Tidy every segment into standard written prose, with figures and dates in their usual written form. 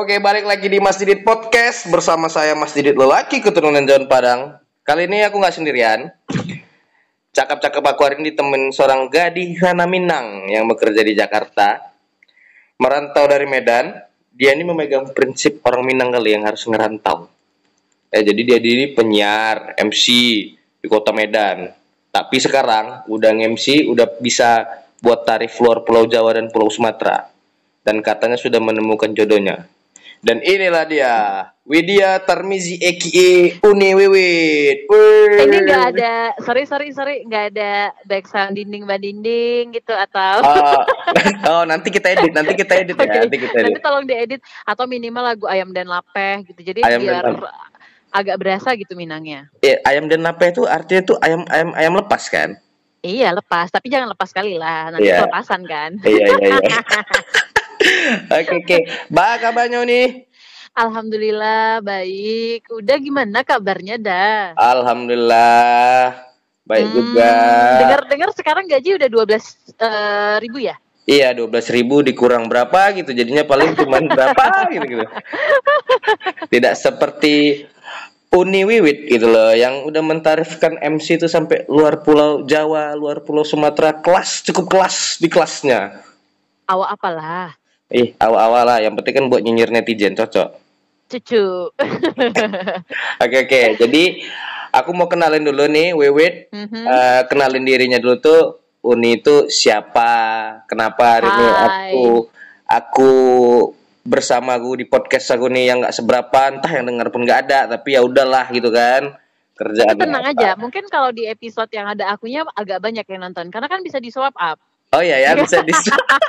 Oke, balik lagi di Mas Didit Podcast bersama saya Mas Didit lelaki keturunan Jawa Padang. Kali ini aku nggak sendirian. Cakap-cakap aku hari ini ditemenin seorang gadis Hana Minang yang bekerja di Jakarta. Merantau dari Medan. Dia ini memegang prinsip orang Minang kali yang harus ngerantau. Jadi dia penyiar, MC di kota Medan. Tapi sekarang udah nge-MC, udah bisa buat tarif luar Pulau Jawa dan Pulau Sumatera. Dan katanya sudah menemukan jodohnya. Dan inilah dia, Widya Tarmizi aka Uni Wiwit. Ini nggak ada, sorry, nggak ada background dinding gitu atau? Nanti kita edit okay. Ya. Nanti tolong diedit atau minimal lagu Ayam dan Lapeh gitu. Jadi biar agak berasa gitu Minangnya. Ayam dan Lapeh itu artinya tuh ayam lepas kan? Iya lepas, tapi jangan lepas kali lah, nanti kelepasan kan. Iya. Oke. Bah, kabarnya nih? Alhamdulillah baik. Udah gimana kabarnya dah? Alhamdulillah baik juga. Dengar sekarang gaji udah 12.000 ya? Iya, 12.000 dikurang berapa gitu. Jadinya paling cuman berapa gitu. Tidak seperti Uni Wiwit gitu loh, yang udah mentarifkan MC itu sampai luar Pulau Jawa, luar Pulau Sumatera, cukup kelas di kelasnya. Awak apalah? Awal-awal lah, yang penting kan buat nyinyir netizen, cocok. Cucu. Oke. Jadi aku mau kenalin dulu nih, Wiwit. Kenalin dirinya dulu tuh. Uni itu siapa? Kenapa hari ini aku bersama aku di podcast aku nih yang nggak seberapa, entah yang dengar pun nggak ada, tapi ya udahlah gitu kan. Kerjaan. Tenang aja, mungkin kalau di episode yang ada akunya agak banyak yang nonton, karena kan bisa di swap up. Oh iya ya, bisa di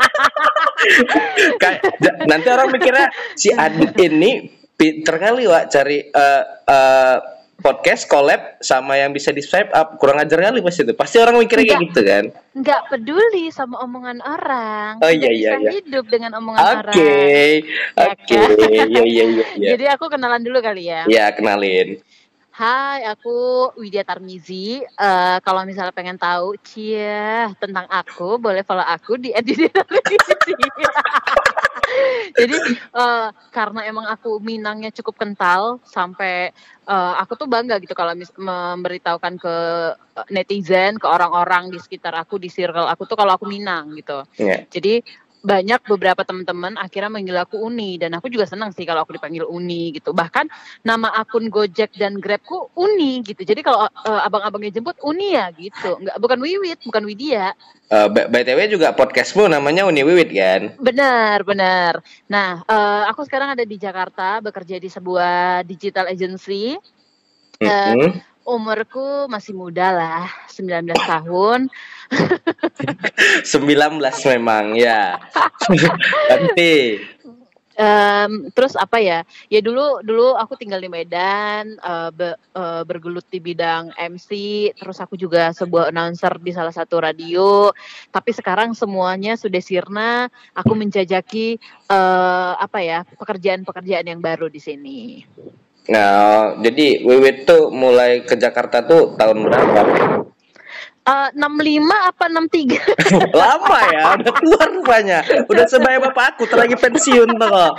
nanti orang mikirnya si Adit ini pinter kali Wak cari podcast collab sama yang bisa di swipe up, kurang ajar kali pasti orang mikirnya kayak gitu kan. Nggak peduli sama omongan orang. Oh iya. Hidup dengan omongan orang. Oke. Iya. Jadi aku kenalan dulu kali ya. Iya, kenalin. Hai, aku Widya Tarmizi. Kalau misalnya pengen tahu tentang aku, boleh follow aku di @widyatarmizi. Jadi karena emang aku Minangnya cukup kental sampai aku tuh bangga gitu kalau memberitahukan ke netizen, ke orang-orang di sekitar aku, di circle aku tuh kalau aku Minang gitu. Yeah. Jadi banyak beberapa teman-teman akhirnya manggil aku Uni, dan aku juga senang sih kalau aku dipanggil Uni gitu. Bahkan nama akun Gojek dan Grabku Uni gitu. Jadi kalau abang-abangnya jemput Uni ya gitu. Bukan Wiwit, bukan Widya. BTW juga podcastmu namanya Uni Wiwit kan? Benar. Nah, aku sekarang ada di Jakarta, bekerja di sebuah digital agency. Umurku masih muda lah, 19 tahun. 19 memang ya. Nanti. Terus apa ya? Ya dulu aku tinggal di Medan, bergelut di bidang MC. Terus aku juga sebuah announcer di salah satu radio. Tapi sekarang semuanya sudah sirna. Aku menjajaki pekerjaan-pekerjaan yang baru di sini. Nah, jadi Wiwit tuh mulai ke Jakarta tuh tahun berapa? 65 apa 63? Lama ya, udah keluar rupanya. Udah sebaya bapak aku, lagi pensiun tuh.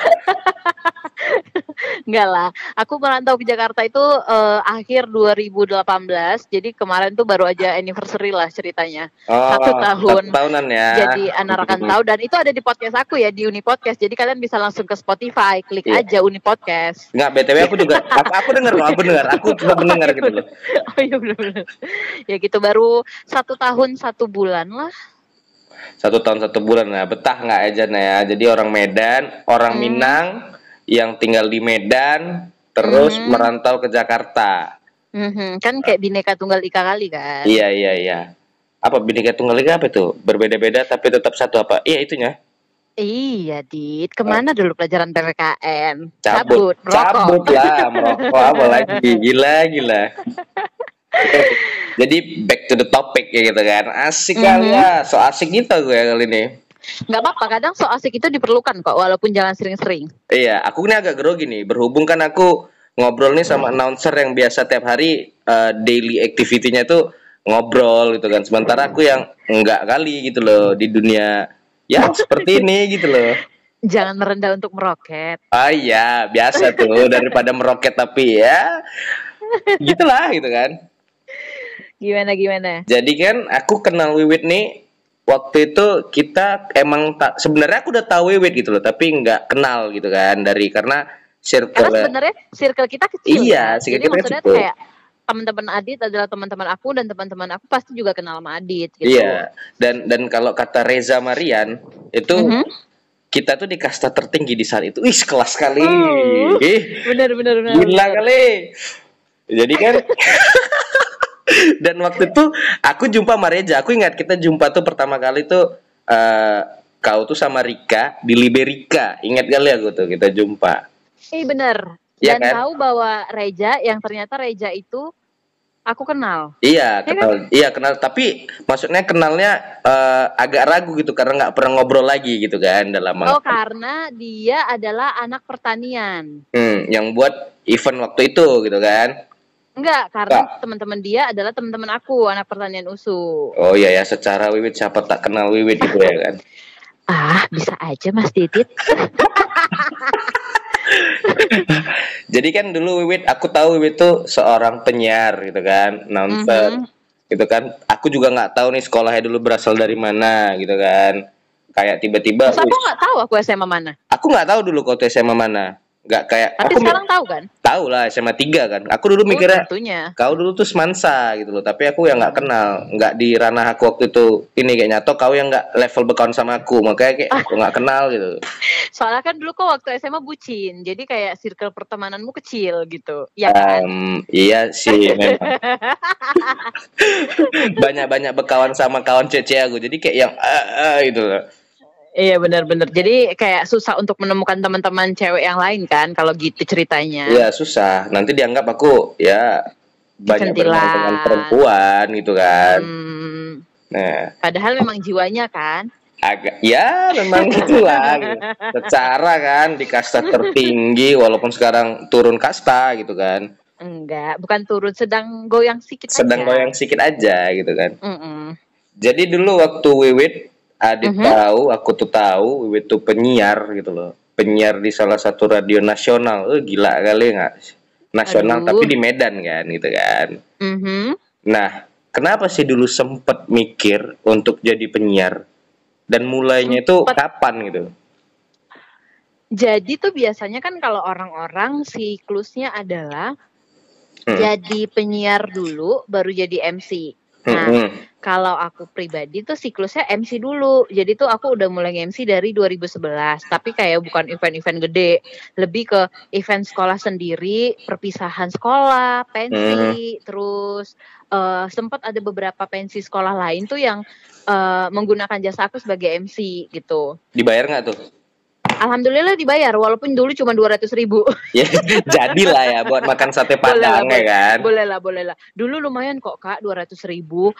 Enggak lah, aku merantau ke Jakarta itu akhir 2018. Jadi kemarin tuh baru aja anniversary lah ceritanya. 1 tahun. 1 tahunan ya. Jadi anak rantau, dan itu ada di podcast aku ya, di Uni Podcast. Jadi kalian bisa langsung ke Spotify, klik aja Uni Podcast. Enggak, BTW aku juga aku dengar. Aku juga mendengar gitu loh. Oh iya benar. Ya gitu, baru 1 tahun 1 bulan lah. 1 tahun 1 bulan lah. Betah nggak aja ya? Jadi orang Medan, orang Minang yang tinggal di Medan terus merantau ke Jakarta. Kan kayak Bhinneka Tunggal Ika kali kan? Iya. Apa Bhinneka Tunggal Ika apa tuh? Berbeda-beda tapi tetap satu apa? Iya itunya. Iya, Dit. Kemana dulu pelajaran PPKN? Cabut lah, merokok apa lagi? Gila. Jadi back to the topic ya gitu kan. Asik kali ya. So asik gitu gue kali ini. Nggak apa-apa, kadang so asik itu diperlukan kok, walaupun jangan sering-sering. Iya, aku ini agak grogi nih. Berhubung kan aku ngobrol nih sama announcer yang biasa tiap hari daily activity-nya tuh ngobrol gitu kan. Sementara aku yang enggak kali gitu loh di dunia ya seperti ini gitu loh. Jangan merendah untuk meroket. Ah iya, biasa tuh daripada meroket tapi ya gitulah gitu kan. Gimana? Jadi kan aku kenal Wiwit nih waktu itu kita emang sebenarnya aku udah tahu Wiwit gitu loh, tapi nggak kenal gitu kan karena Karena circle. sebenarnya circle kita kecil Iya, ya. circle Jadi kita maksudnya kecil. kayak teman-teman Adit adalah teman-teman aku dan teman-teman aku pasti juga kenal sama Adit gitu. Iya, dan kalau kata Reza Marian itu kita tuh di kasta tertinggi di saat itu. Ih, kelas kali. Benar. Gila kali. Jadi kan dan waktu itu aku jumpa sama Reza. Aku ingat kita jumpa tuh pertama kali tuh kau tuh sama Rika di Liberica. Ingat kali aku tuh kita jumpa. Bener. Ya, Dan kan? tahu bahwa Reza yang ternyata Reza itu aku kenal. Iya, kenal. Kan? Iya, kenal. Tapi maksudnya kenalnya agak ragu gitu karena nggak pernah ngobrol lagi gitu kan dalam. Oh, karena dia adalah anak pertanian. Yang buat event waktu itu gitu kan? Enggak, karena teman-teman dia adalah teman-teman aku, anak pertanian USU. Oh iya ya, secara Wiwit siapa tak kenal Wiwit gitu ya kan? Bisa aja Mas Didit. Jadi kan dulu Wiwit, aku tahu Wiwit tuh seorang penyiar gitu kan, announcer gitu kan. Aku juga nggak tahu nih sekolahnya dulu berasal dari mana gitu kan. Kayak tiba-tiba. Masa aku nggak tahu aku SMA mana? Aku nggak tahu dulu kau SMA mana. Nggak kayak. Tapi aku sekarang tahu kan? Tahu lah SMA 3 kan. Aku dulu mikirnya tentunya. Kau dulu tuh semansa gitu loh. Tapi aku yang nggak kenal, nggak di ranah aku waktu itu. Ini kayaknya atau kau yang nggak level berkawan sama aku, makanya kayak aku nggak kenal gitu. Soalnya kan dulu kok waktu SMA bucin, jadi kayak circle pertemananmu kecil gitu, ya kan? Iya sih memang. Banyak berkawan sama kawan cece aku, jadi kayak yang gitu loh. Iya benar-benar. Jadi kayak susah untuk menemukan teman-teman cewek yang lain kan kalau gitu ceritanya. Iya susah. Nanti dianggap aku ya banyak dengan perempuan gitu kan. Nah. Padahal memang jiwanya kan. Agak ya memang gitulah. Gitu. Secara kan di kasta tertinggi walaupun sekarang turun kasta gitu kan. Enggak, bukan turun, sedang goyang sedikit aja gitu kan. Jadi dulu waktu Wiwit Adit tahu, aku tuh tahu Wiwit tuh penyiar gitu loh. Penyiar di salah satu radio nasional. Gila kali nggak? Nasional. Tapi di Medan kan gitu kan. Nah, kenapa sih dulu sempet mikir untuk jadi penyiar? Dan mulainya itu kapan gitu? Jadi tuh biasanya kan kalau orang-orang siklusnya adalah jadi penyiar dulu baru jadi MC. Nah, kalau aku pribadi tuh siklusnya MC dulu. Jadi tuh aku udah mulai MC dari 2011. Tapi kayak bukan event-event gede. Lebih ke event sekolah sendiri, perpisahan sekolah, pensi. Terus sempat ada beberapa pensi sekolah lain tuh yang menggunakan jasa aku sebagai MC gitu. Dibayar nggak tuh? Alhamdulillah dibayar, walaupun dulu cuma 200.000. Ya, jadilah ya buat makan sate padang ya kan. Boleh lah. Dulu lumayan kok Kak, 200.000.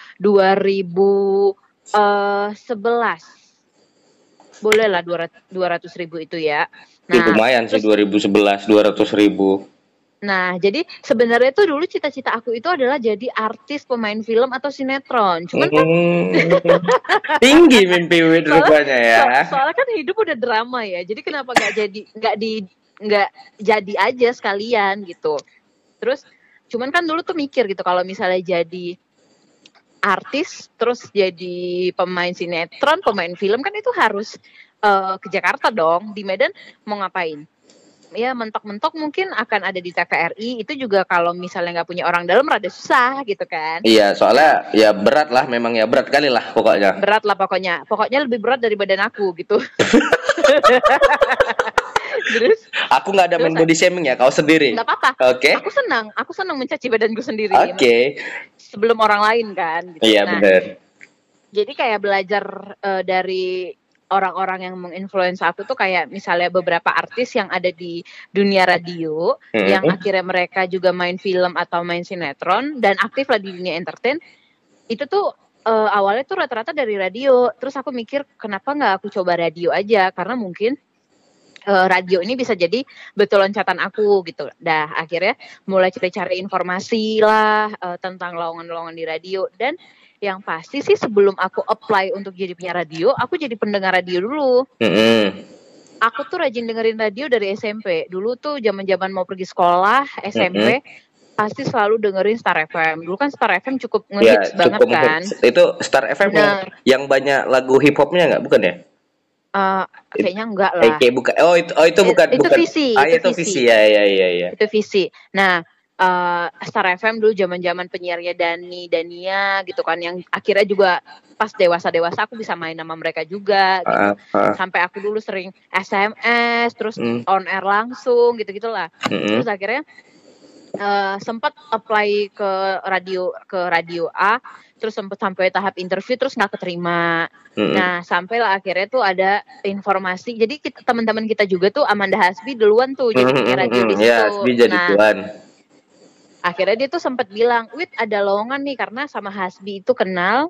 2011. Boleh lah 200.000 itu ya. Nah, lumayan sih 2011 200.000. Nah, jadi sebenarnya tuh dulu cita-cita aku itu adalah jadi artis pemain film atau sinetron. Cuman kan tinggi mimpi rupanya ya. Soalnya kan hidup udah drama ya. Jadi kenapa nggak jadi aja sekalian gitu. Terus cuman kan dulu tuh mikir gitu kalau misalnya jadi artis terus jadi pemain sinetron, pemain film kan itu harus ke Jakarta dong. Di Medan mau ngapain? Ya mentok-mentok mungkin akan ada di TVRI. Itu juga kalau misalnya nggak punya orang dalam rada susah gitu kan. Iya, soalnya ya berat lah, memang ya berat kali lah pokoknya. Berat lah pokoknya lebih berat dari badan aku gitu. Terus aku nggak ada main body shaming ya, kau sendiri. Nggak apa-apa. Oke. Aku senang mencaci badanku sendiri. Oke. Sebelum orang lain kan. Gitu. Iya benar. Jadi kayak belajar dari orang-orang yang menginfluence aku tuh kayak misalnya beberapa artis yang ada di dunia radio yang akhirnya mereka juga main film atau main sinetron dan aktif lah di dunia entertain. Itu tuh awalnya tuh rata-rata dari radio. Terus aku mikir kenapa nggak aku coba radio aja, karena mungkin radio ini bisa jadi betul loncatan aku gitu. Dah akhirnya mulai cari informasi lah tentang lowongan-lowongan di radio. Dan yang pasti sih sebelum aku apply untuk jadi penyiar radio, aku jadi pendengar radio dulu. aku tuh rajin dengerin radio dari SMP. Dulu tuh zaman-zaman mau pergi sekolah SMP, pasti selalu dengerin Star FM. Dulu kan Star FM cukup ngehits banget cukup kan. itu Star FM yang banyak lagu hip hopnya nggak, bukan ya? Kayaknya enggak lah. Kayak bukan. Itu bukan. Itu visi. Itu visi ya. Itu visi. Nah, Star FM dulu zaman-zaman penyiarnya Dania gitu kan, yang akhirnya juga pas dewasa aku bisa main sama mereka juga gitu. Sampai aku dulu sering SMS terus on air langsung gitu-gitulah. Terus akhirnya sempat apply ke radio A, terus sempat sampai tahap interview terus nggak keterima. Nah, sampailah akhirnya tuh ada informasi. Jadi teman-teman kita juga tuh Amanda Hasbi duluan tuh jadi punya radio di situ. Hasbi jadi tuan. Akhirnya dia tuh sempat bilang, "Wit, ada lowongan nih," karena sama Hasbi itu kenal.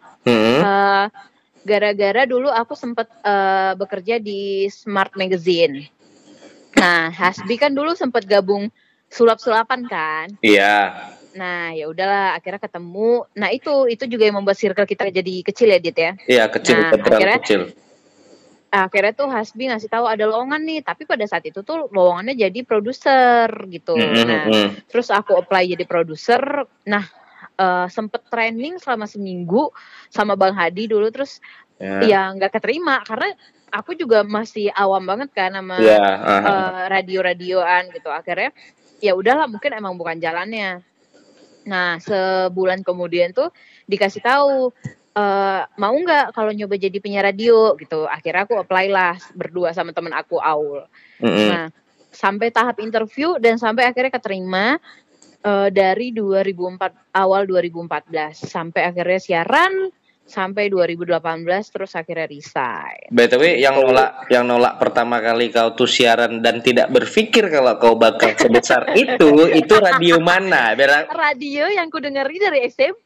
Gara-gara dulu aku sempat bekerja di Smart Magazine. Nah, Hasbi kan dulu sempat gabung sulap-sulapan kan? Iya. Nah, ya udahlah, akhirnya ketemu. Nah, itu juga yang membuat circle kita jadi kecil ya, Dit ya? Iya, kecil, nah, kecil. Akhirnya tuh Hasbi ngasih tahu ada lowongan nih, tapi pada saat itu tuh lowongannya jadi produser gitu. Terus aku apply jadi produser. Nah, sempet training selama seminggu sama Bang Hadi dulu, terus ya nggak keterima karena aku juga masih awam banget kan sama radio-radioan gitu. Akhirnya ya udahlah, mungkin emang bukan jalannya. Nah, sebulan kemudian tuh dikasih tahu, mau nggak kalau nyoba jadi penyiar radio gitu. Akhirnya aku apply lah berdua sama temen aku Aul. Nah, sampai tahap interview dan sampai akhirnya keterima dari awal 2014 sampai akhirnya siaran sampai 2018, terus akhirnya resign. BTW yang nolak pertama kali kau tuh siaran dan tidak berpikir kalau kau bakal sebesar itu radio mana? Radio yang ku dengeri dari SMP.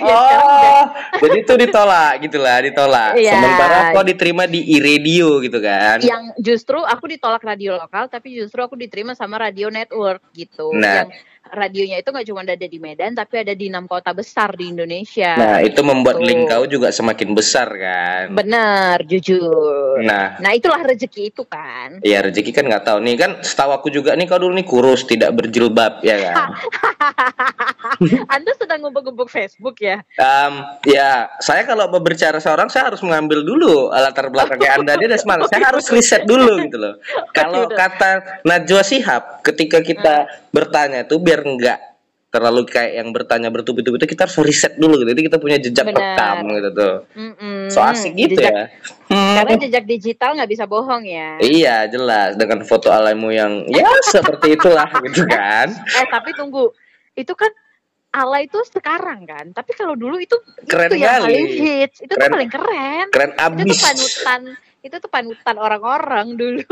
Jadi itu ditolak. Ya. Sementara kau diterima di iRadio gitu kan? Yang justru aku ditolak radio lokal, tapi justru aku diterima sama radio network gitu. Nah, yang radionya itu nggak cuma ada di Medan, tapi ada di 6 kota besar di Indonesia. Nah, itu membuat link kau juga semakin besar kan? Benar, jujur. Nah, itulah rezeki itu kan. Iya, rezeki kan nggak tahu nih kan. Setahu aku juga nih, kau dulu nih kurus, tidak berjilbab ya kan? Anda sedang ngumpul-ngumpul Facebook ya? Ya, saya kalau berbicara seorang, saya harus mengambil dulu latar belakangnya Anda. Dia udah semangat. Saya harus riset dulu gitu loh. Kalau kata Najwa Shihab, ketika kita bertanya itu biar nggak terlalu kayak yang bertanya bertubi-tubi, itu kita harus riset dulu gitu. Jadi kita punya jejak rekam gitu tuh. So asik gitu ya. Karena jejak digital nggak bisa bohong ya. Iya, jelas, dengan foto alaimu yang ya seperti itulah gitu kan. Tapi tunggu, itu kan alay itu sekarang kan, tapi kalau dulu itu keren yang kali. Paling hits, itu tuh paling keren. Keren abis. Itu tuh panutan orang-orang dulu.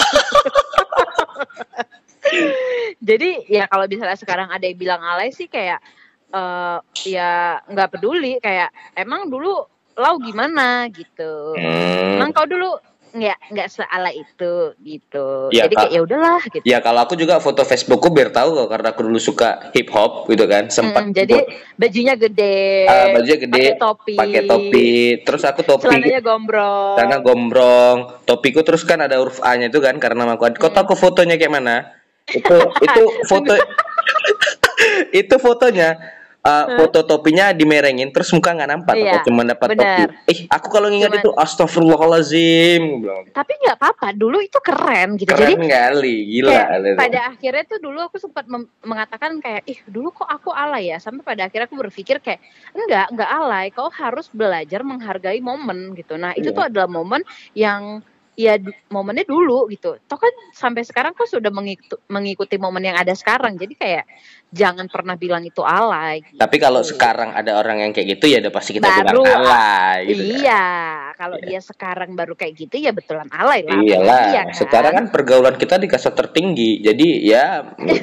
Jadi ya kalau misalnya sekarang ada yang bilang alay sih kayak ya nggak peduli, kayak emang dulu lau gimana gitu. Emang kau dulu nggak sealay itu gitu. Ya, jadi kayak ya udahlah gitu. Ya kalau aku juga foto Facebookku biar tahu kok, karena aku dulu suka hip hop gitu kan, sempat. Jadi bajunya gede. Pakai topi. Terus aku topi. Celananya gombrong. Celana gombrong. Topiku terus kan ada huruf A-nya itu kan, karena aku. Kau tahu aku fotonya kayak mana? Itu foto. Itu fotonya. Foto topinya dimerengin terus muka nggak nampak, cuma dapat topi. Aku kalau nginget itu astagfirullahalazim. Tapi nggak apa-apa, dulu itu keren gitu. Keren kali, gila. Pada akhirnya tuh dulu aku sempat mengatakan kayak, dulu kok aku alay ya. Sampai pada akhirnya aku berpikir kayak, enggak alay. Kau harus belajar menghargai momen gitu. Nah itu tuh adalah momen yang ya momennya dulu gitu. Toh kan sampai sekarang kok sudah mengikuti momen yang ada sekarang. Jadi kayak jangan pernah bilang itu alay gitu. Tapi kalau sekarang ada orang yang kayak gitu ya udah pasti kita bilang alay gitu. Iya, kalau dia sekarang baru kayak gitu ya betulan alay lah. Iyalah, iya kan? Sekarang kan pergaulan kita di kasta tertinggi. Jadi ya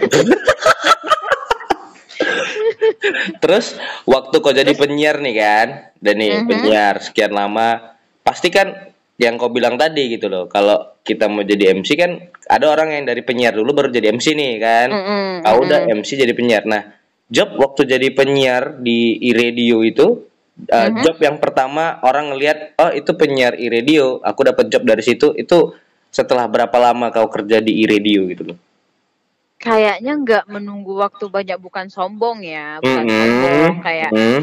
Terus waktu kau jadi penyiar nih kan, dan nih penyiar sekian lama, pasti kan yang kau bilang tadi gitu loh, kalau kita mau jadi MC kan ada orang yang dari penyiar dulu baru jadi MC nih kan. Kau udah MC jadi penyiar. Nah, job waktu jadi penyiar di iRadio itu job yang pertama orang ngelihat, oh itu penyiar iRadio, aku dapat job dari situ, itu setelah berapa lama kau kerja di iRadio gitu loh? Kayaknya nggak menunggu waktu banyak, bukan sombong ya, bukan Mm-mm. sombong kayak Mm.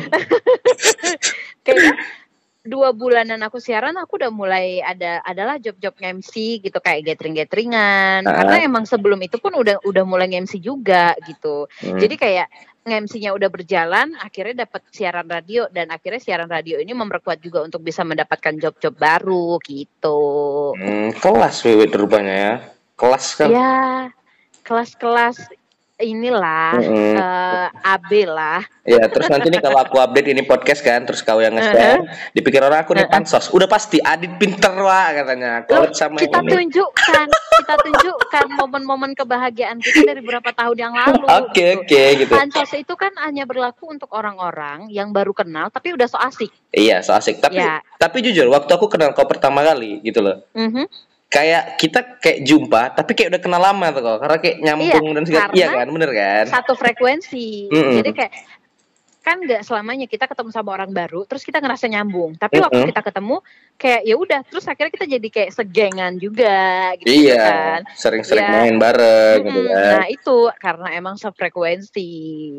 kayaknya 2 bulanan aku siaran aku udah mulai adalah job-job MC gitu, kayak gathering-gatheringan. Karena emang sebelum itu pun udah mulai MC juga gitu. Jadi kayak MC-nya udah berjalan, akhirnya dapat siaran radio, dan akhirnya siaran radio ini memperkuat juga untuk bisa mendapatkan job-job baru gitu. Kelas Wiwit rupanya ya. Kelas kan. Ya, kelas-kelas inilah AB lah. Ya, terus nanti nih kalau aku update ini podcast kan, terus kau yang nge-share, dipikir orang aku nih pansos. Udah pasti Adit pinter wah katanya. Loh, Sama kita ini. tunjukkan momen-momen kebahagiaan kita dari beberapa tahun yang lalu. Oke, gitu. Pansos itu kan hanya berlaku untuk orang-orang yang baru kenal tapi udah so asik. Iya, so asik. Tapi jujur, waktu aku kenal kau pertama kali gitu loh. Kayak kita kayak jumpa tapi kayak udah kenal lama tuh kok, karena kayak nyambung dan segala. Iya kan, bener kan? Satu frekuensi. Jadi kayak kan nggak selamanya kita ketemu sama orang baru terus kita ngerasa nyambung, tapi waktu kita ketemu kayak ya udah, terus akhirnya kita jadi kayak segengan juga gitu. Iya kan, sering-sering main bareng gitu kan. Nah itu karena emang sefrekuensi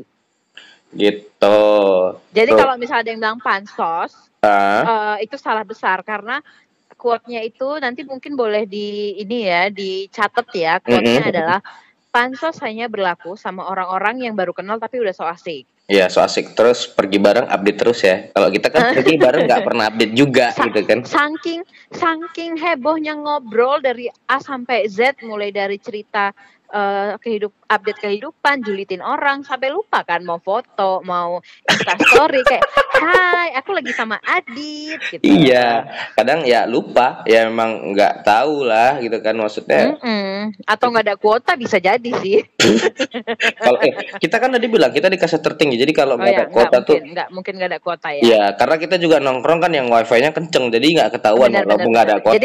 gitu. Jadi kalau misalnya ada yang bilang pansos itu salah besar, karena quote-nya itu nanti mungkin boleh dicatat ya. Quote-nya adalah pansos hanya berlaku sama orang-orang yang baru kenal tapi udah so asik. Iya, so asik. Terus pergi bareng, update terus ya. Kalau kita kan pergi bareng nggak pernah update juga gitu kan. Saking hebohnya ngobrol dari A sampai Z, mulai dari cerita update kehidupan, julitin orang, sampai lupa kan mau foto, mau instastory kayak hai aku lagi sama Adit gitu. Iya, kadang ya lupa, ya memang nggak tahu lah gitu kan maksudnya. Atau nggak ada kuota bisa jadi sih. Kalau kita kan tadi bilang kita di kasta tertinggi, jadi kalau nggak ada kuota nggak mungkin nggak ada kuota ya. Iya, karena kita juga nongkrong kan yang wifi-nya kenceng, jadi nggak ketahuan kalau nggak ada kuota. Jadi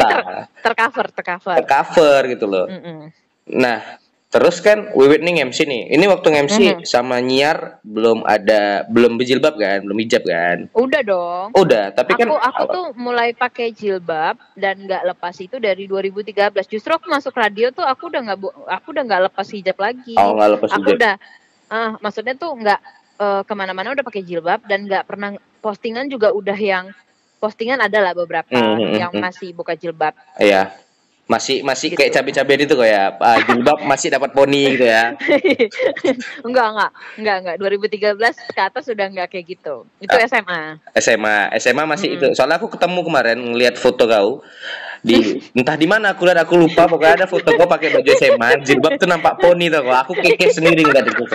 tercover gitu loh. Nah, terus kan Wiwit nih MC nih. Ini waktu MC sama nyiar belum berjilbab kan, belum hijab kan? Udah dong. Udah, tapi aku tuh mulai pakai jilbab dan nggak lepas itu dari 2013. Justru aku masuk radio tuh aku udah nggak lepas hijab lagi. Oh, nggak lepas hijab. Aku udah maksudnya tuh nggak kemana-mana udah pakai jilbab, dan nggak pernah postingan juga udah yang postingan adalah beberapa yang masih buka jilbab. Iya. Masih gitu. Kayak cabai-cabai itu kok ya, jilbab masih dapat poni gitu ya. Enggak. 2013 ke atas sudah enggak kayak gitu. Itu SMA masih itu. Soalnya aku ketemu kemarin ngelihat foto kau di entah di mana aku lihat, aku lupa, pokoknya ada foto kau pakai baju SMA, jilbab tuh nampak poni tuh kok. Aku keke sendiri ngeliat itu.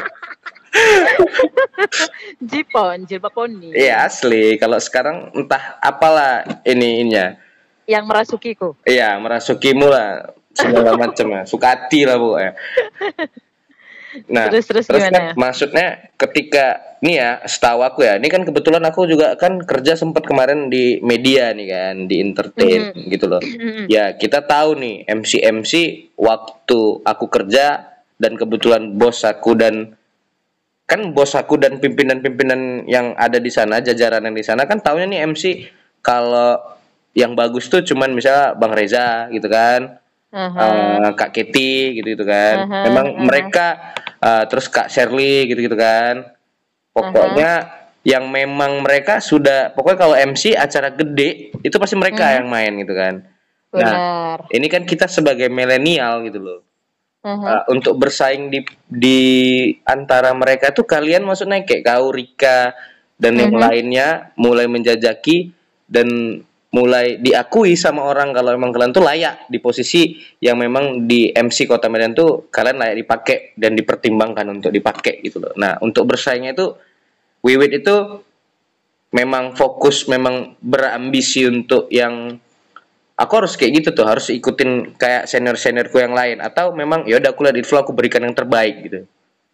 Jilbab poni. Iya asli. Kalau sekarang entah apalah ininya. Yang merasukiku. Iya, merasukimu lah, segala macam ya. Sukati lah pokoknya. Nah, terus kan maksudnya ketika nih ya, setahu aku ya, ini kan kebetulan aku juga kan kerja sempat kemarin di media nih kan, di entertain gitu loh. Ya, kita tahu nih MC waktu aku kerja, dan kebetulan bos aku dan pimpinan-pimpinan yang ada di sana, jajaran yang di sana kan taunya nih MC kalau yang bagus tuh cuman misalnya Bang Reza gitu kan, Kak Keti gitu kan. Memang mereka terus Kak Shirley gitu kan. Pokoknya yang memang mereka sudah, pokoknya kalau MC acara gede itu pasti mereka yang main gitu kan. Benar. Nah, ini kan kita sebagai milenial gitu loh. Untuk bersaing di antara mereka tuh kalian maksudnya kayak kau, Rika dan yang lainnya mulai menjajaki dan mulai diakui sama orang kalau memang kalian tuh layak di posisi yang memang di MC Kota Medan tuh kalian layak dipakai dan dipertimbangkan untuk dipakai gitu loh. Nah, untuk bersaingnya itu Wiwit itu memang fokus, memang berambisi untuk yang aku harus kayak gitu tuh, harus ikutin kayak seniorku yang lain, atau memang ya udah aku lihat di flow aku berikan yang terbaik gitu.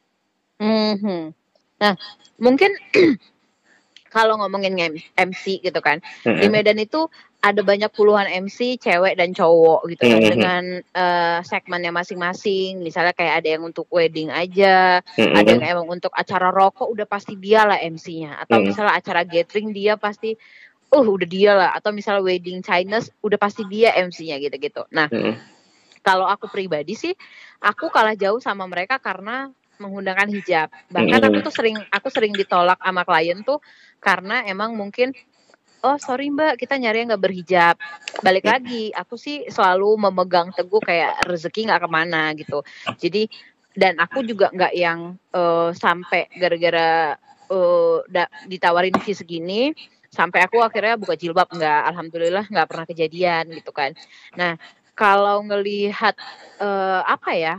Nah, mungkin kalau ngomongin MC gitu kan, di Medan itu ada banyak puluhan MC cewek dan cowok gitu kan, dengan segmennya masing-masing. Misalnya kayak ada yang untuk wedding aja, ada yang emang untuk acara rokok udah pasti dia lah MC-nya, atau misalnya acara gathering dia pasti udah dia lah, atau misalnya wedding Chinese udah pasti dia MC-nya gitu-gitu. Nah, Kalau aku pribadi sih, aku kalah jauh sama mereka karena menggunakan hijab. Bahkan aku sering ditolak sama klien tuh karena emang mungkin, oh sorry Mbak, kita nyari yang nggak berhijab. Balik lagi, aku sih selalu memegang teguh kayak rezeki nggak kemana gitu. Jadi dan aku juga nggak yang sampai gara-gara ditawarin fee segini sampai aku akhirnya buka jilbab, nggak. Alhamdulillah nggak pernah kejadian gitu kan. Nah kalau ngelihat apa ya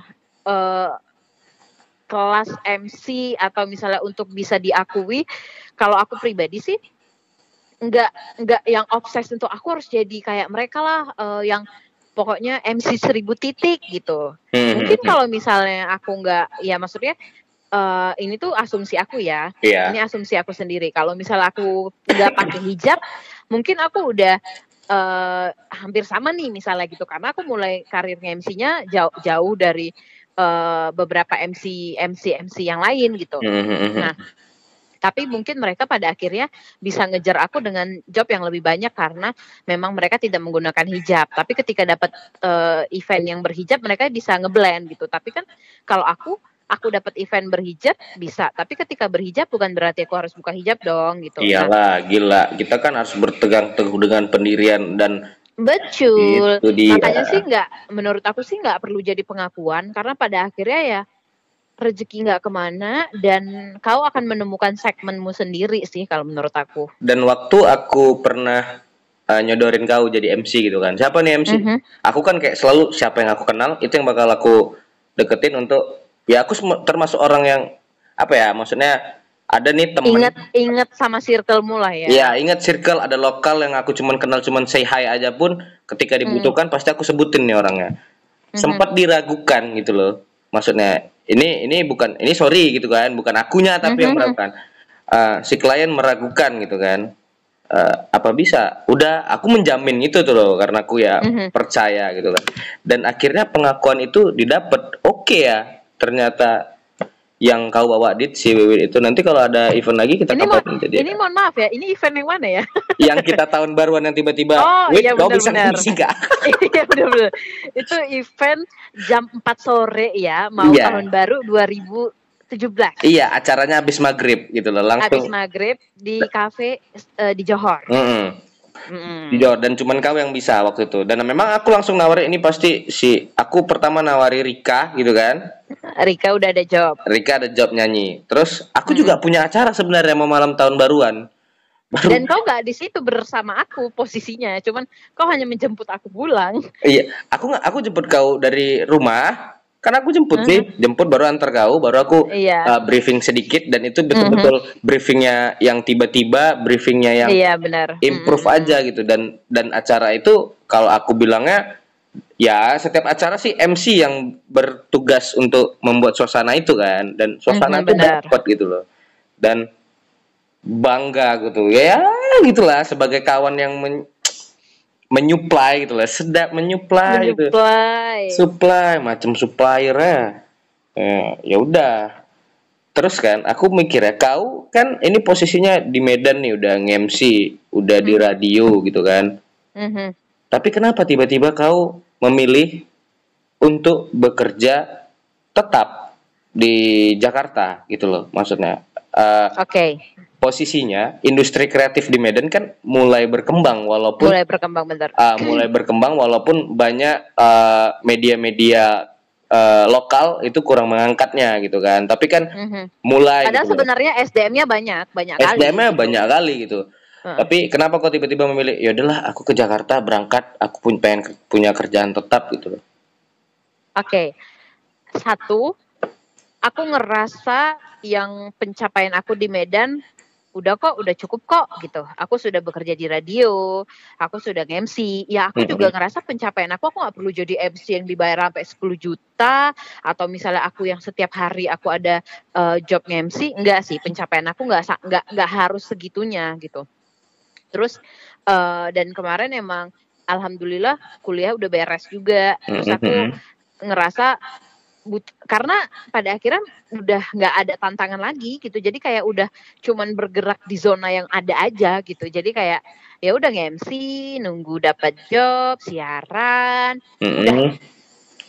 kelas MC atau misalnya untuk bisa diakui, kalau aku pribadi sih nggak yang obses untuk aku harus jadi kayak mereka lah yang pokoknya MC 1000 titik gitu. Mungkin kalau misalnya aku nggak, ya maksudnya ini tuh asumsi aku ya. Iya. Ini asumsi aku sendiri. Kalau misalnya aku nggak pakai hijab, mungkin aku udah hampir sama nih misalnya gitu. Karena aku mulai karirnya MC-nya jauh dari beberapa MC yang lain gitu. Nah, tapi mungkin mereka pada akhirnya bisa ngejar aku dengan job yang lebih banyak karena memang mereka tidak menggunakan hijab. Tapi ketika dapat event yang berhijab, mereka bisa ngeblend gitu. Tapi kan kalau aku dapat event berhijab bisa, tapi ketika berhijab bukan berarti aku harus buka hijab dong gitu. Iyalah, gila. Kita kan harus berpegang teguh dengan pendirian dan betul. Itu dia. Makanya sih menurut aku sih nggak perlu jadi pengakuan karena pada akhirnya ya rezeki nggak kemana dan kau akan menemukan segmenmu sendiri sih kalau menurut aku. Dan waktu aku pernah nyodorin kau jadi MC gitu kan. Siapa nih MC? Aku kan kayak selalu siapa yang aku kenal itu yang bakal aku deketin untuk ya aku termasuk orang yang apa ya maksudnya ada nih temen. Ingat sama circle-mu lah ya. Iya, ingat circle ada lokal yang aku cuman kenal cuman say hi aja pun ketika dibutuhkan pasti aku sebutin nih orangnya. Sempat diragukan gitu loh. Maksudnya ini bukan ini sorry gitu kan, bukan akunya tapi yang meragukan. Si klien meragukan gitu kan. Apa bisa? Udah aku menjamin itu tuh loh karena aku ya percaya gitu kan. Dan akhirnya pengakuan itu didapat. Oke ya. Ternyata yang kau bawa si Wiwin itu nanti kalau ada event lagi kita kabarin jadi. Ini mohon maaf ya, ini event yang mana ya? Yang kita tahun baruan yang tiba-tiba iya, kau bisa ngisi enggak? Iya benar-benar. Itu event jam 4 sore ya, mau tahun baru 2017. Iya, acaranya habis maghrib gitu loh, langsung. Habis maghrib di kafe di Johor. Di Johor dan cuman kau yang bisa waktu itu. Dan memang aku langsung nawarin ini pasti aku pertama nawari Rika gitu kan. Rika udah ada job. Rika ada job nyanyi. Terus aku juga punya acara sebenarnya mau malam tahun baruan. Dan kau gak di situ bersama aku posisinya, cuman kau hanya menjemput aku pulang. Iya, aku jemput kau dari rumah. Kan aku jemput baru antar kau, baru aku briefing sedikit dan itu betul-betul briefingnya yang tiba-tiba, briefingnya yang benar. Improve aja gitu dan acara itu kalau aku bilangnya ya setiap acara sih MC yang bertugas untuk membuat suasana itu kan dan suasana itu dapat gitu loh dan bangga gitu ya gitulah sebagai kawan yang menyuplai gitu lah, sedap menyuplai gitu. Supply macam supplier ya udah. Terus kan aku mikir ya kau kan ini posisinya di Medan nih udah nge-MC, udah di radio gitu kan. Tapi kenapa tiba-tiba kau memilih untuk bekerja tetap di Jakarta gitu loh maksudnya? Posisinya industri kreatif di Medan kan mulai berkembang walaupun mulai berkembang walaupun banyak media-media lokal itu kurang mengangkatnya gitu kan tapi kan mulai padahal gitu sebenarnya SDM-nya banyak SDM-nya banyak kali gitu tapi kenapa kok tiba-tiba memilih ya udahlah aku ke Jakarta berangkat aku pengen punya kerjaan tetap gitu loh. Satu, aku ngerasa yang pencapaian aku di Medan udah cukup kok gitu. Aku sudah bekerja di radio, aku sudah nge-MC. Ya aku juga ngerasa pencapaian aku gak perlu jadi MC yang dibayar sampai 10 juta atau misalnya aku yang setiap hari aku ada job nge-MC. Enggak sih, pencapaian aku enggak harus segitunya gitu. Terus dan kemarin emang alhamdulillah kuliah udah beres juga. Terus aku ngerasa karena pada akhirnya udah nggak ada tantangan lagi gitu jadi kayak udah cuman bergerak di zona yang ada aja gitu jadi kayak ya udah nge-MC nunggu dapat job siaran udah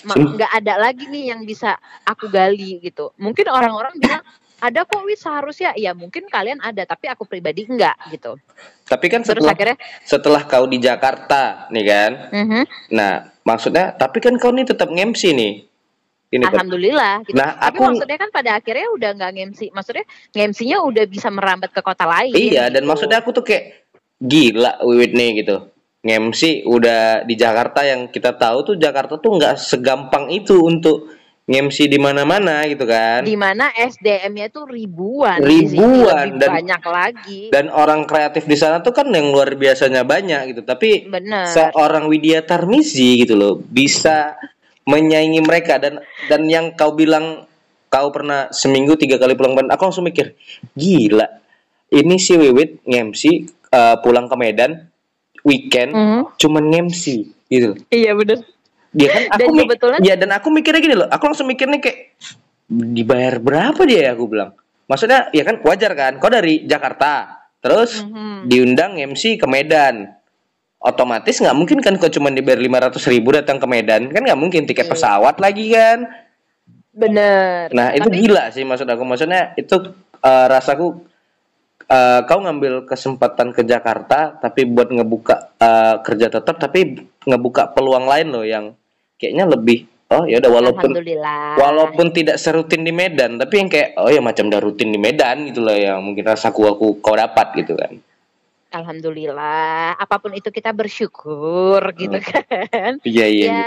nggak ada lagi nih yang bisa aku gali gitu. Mungkin orang-orang bilang ada kok Wis seharusnya, ya mungkin kalian ada tapi aku pribadi enggak gitu. Tapi kan Terus akhirnya setelah kau di Jakarta nih kan, nah maksudnya tapi kan kau nih tetap nge-MC nih. Ini alhamdulillah gitu. Nah, tapi maksudnya kan pada akhirnya udah nggak nge-MC, maksudnya nge-MC-nya udah bisa merambat ke kota lain. Iya, gitu. dan maksudnya aku tuh kayak gila Wiwit nih gitu. Nge-MC udah di Jakarta, yang kita tahu tuh Jakarta tuh nggak segampang itu untuk nge-MC di mana-mana gitu kan. Di mana SDM-nya tuh ribuan di sini dan banyak lagi. Dan orang kreatif di sana tuh kan yang luar biasanya banyak gitu. Tapi seorang Widya Tarmizi gitu loh bisa menyaingi mereka, dan yang kau bilang kau pernah seminggu 3 kali pulang Medan, aku langsung mikir gila, ini si Wiwit nge-MC pulang ke Medan weekend cuman nge-MC gitu. Iya bener. Dia kan dan aku mikirnya gini loh, aku langsung mikirnya kayak dibayar berapa dia ya, aku bilang. Maksudnya ya kan wajar kan, kau dari Jakarta terus diundang MC ke Medan, otomatis nggak mungkin kan kau cuma dibayar 500.000 datang ke Medan, kan nggak mungkin, tiket pesawat lagi kan. Bener. Nah itu gila sih maksud aku, maksudnya itu rasaku kau ngambil kesempatan ke Jakarta tapi buat ngebuka kerja tetap, tapi ngebuka peluang lain loh yang kayaknya lebih ya udah, walaupun tidak serutin di Medan, tapi yang kayak ya macam udah rutin di Medan gitu loh, yang mungkin rasaku kau dapat gitu kan. Alhamdulillah, apapun itu kita bersyukur gitu kan. Iya.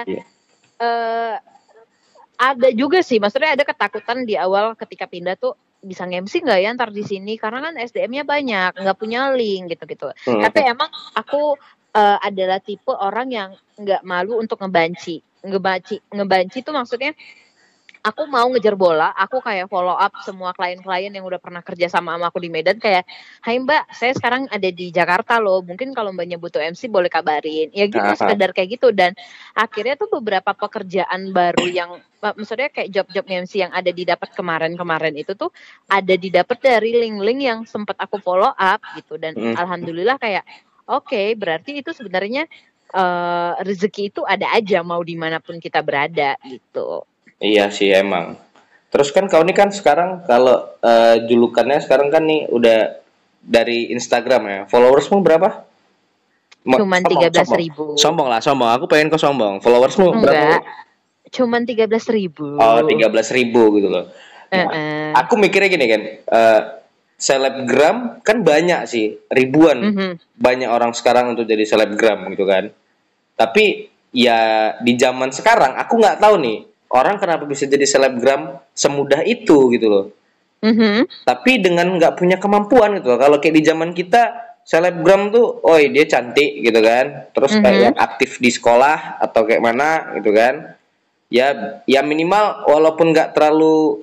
Ada juga sih, maksudnya ada ketakutan di awal ketika pindah tuh, bisa nge-MC nggak ya ntar di sini, karena kan SDM-nya banyak, nggak punya link gitu. Tapi emang aku adalah tipe orang yang nggak malu untuk ngebanci tuh maksudnya aku mau ngejar bola, aku kayak follow up semua klien-klien yang udah pernah kerja sama aku di Medan, kayak, hai Mbak, saya sekarang ada di Jakarta loh, mungkin kalau Mbaknya butuh MC boleh kabarin, ya gitu, sekedar kayak gitu. Dan akhirnya tuh beberapa pekerjaan baru yang maksudnya kayak job-job MC yang ada didapat kemarin itu tuh ada didapat dari link-link yang sempat aku follow up gitu. Dan alhamdulillah kayak oke, berarti itu sebenarnya rezeki itu ada aja mau dimanapun kita berada gitu. Iya sih emang. Terus kan kau ini kan sekarang kalau julukannya sekarang kan nih udah dari Instagram ya, followersmu berapa? Cuman 13.000. Sombong lah, sombong. Aku pengen kau sombong. Followersmu berapa? Cuman 13.000. Oh, 13.000 gitu loh. Nah, aku mikirnya gini kan, selebgram kan banyak sih, ribuan banyak orang sekarang untuk jadi selebgram gitu kan. Tapi ya di zaman sekarang aku nggak tahu nih orang kenapa bisa jadi selebgram semudah itu gitu loh. Tapi dengan nggak punya kemampuan gitu loh. Kalau kayak di zaman kita selebgram tuh, dia cantik gitu kan, terus kayak aktif di sekolah atau kayak mana gitu kan. Ya minimal walaupun nggak terlalu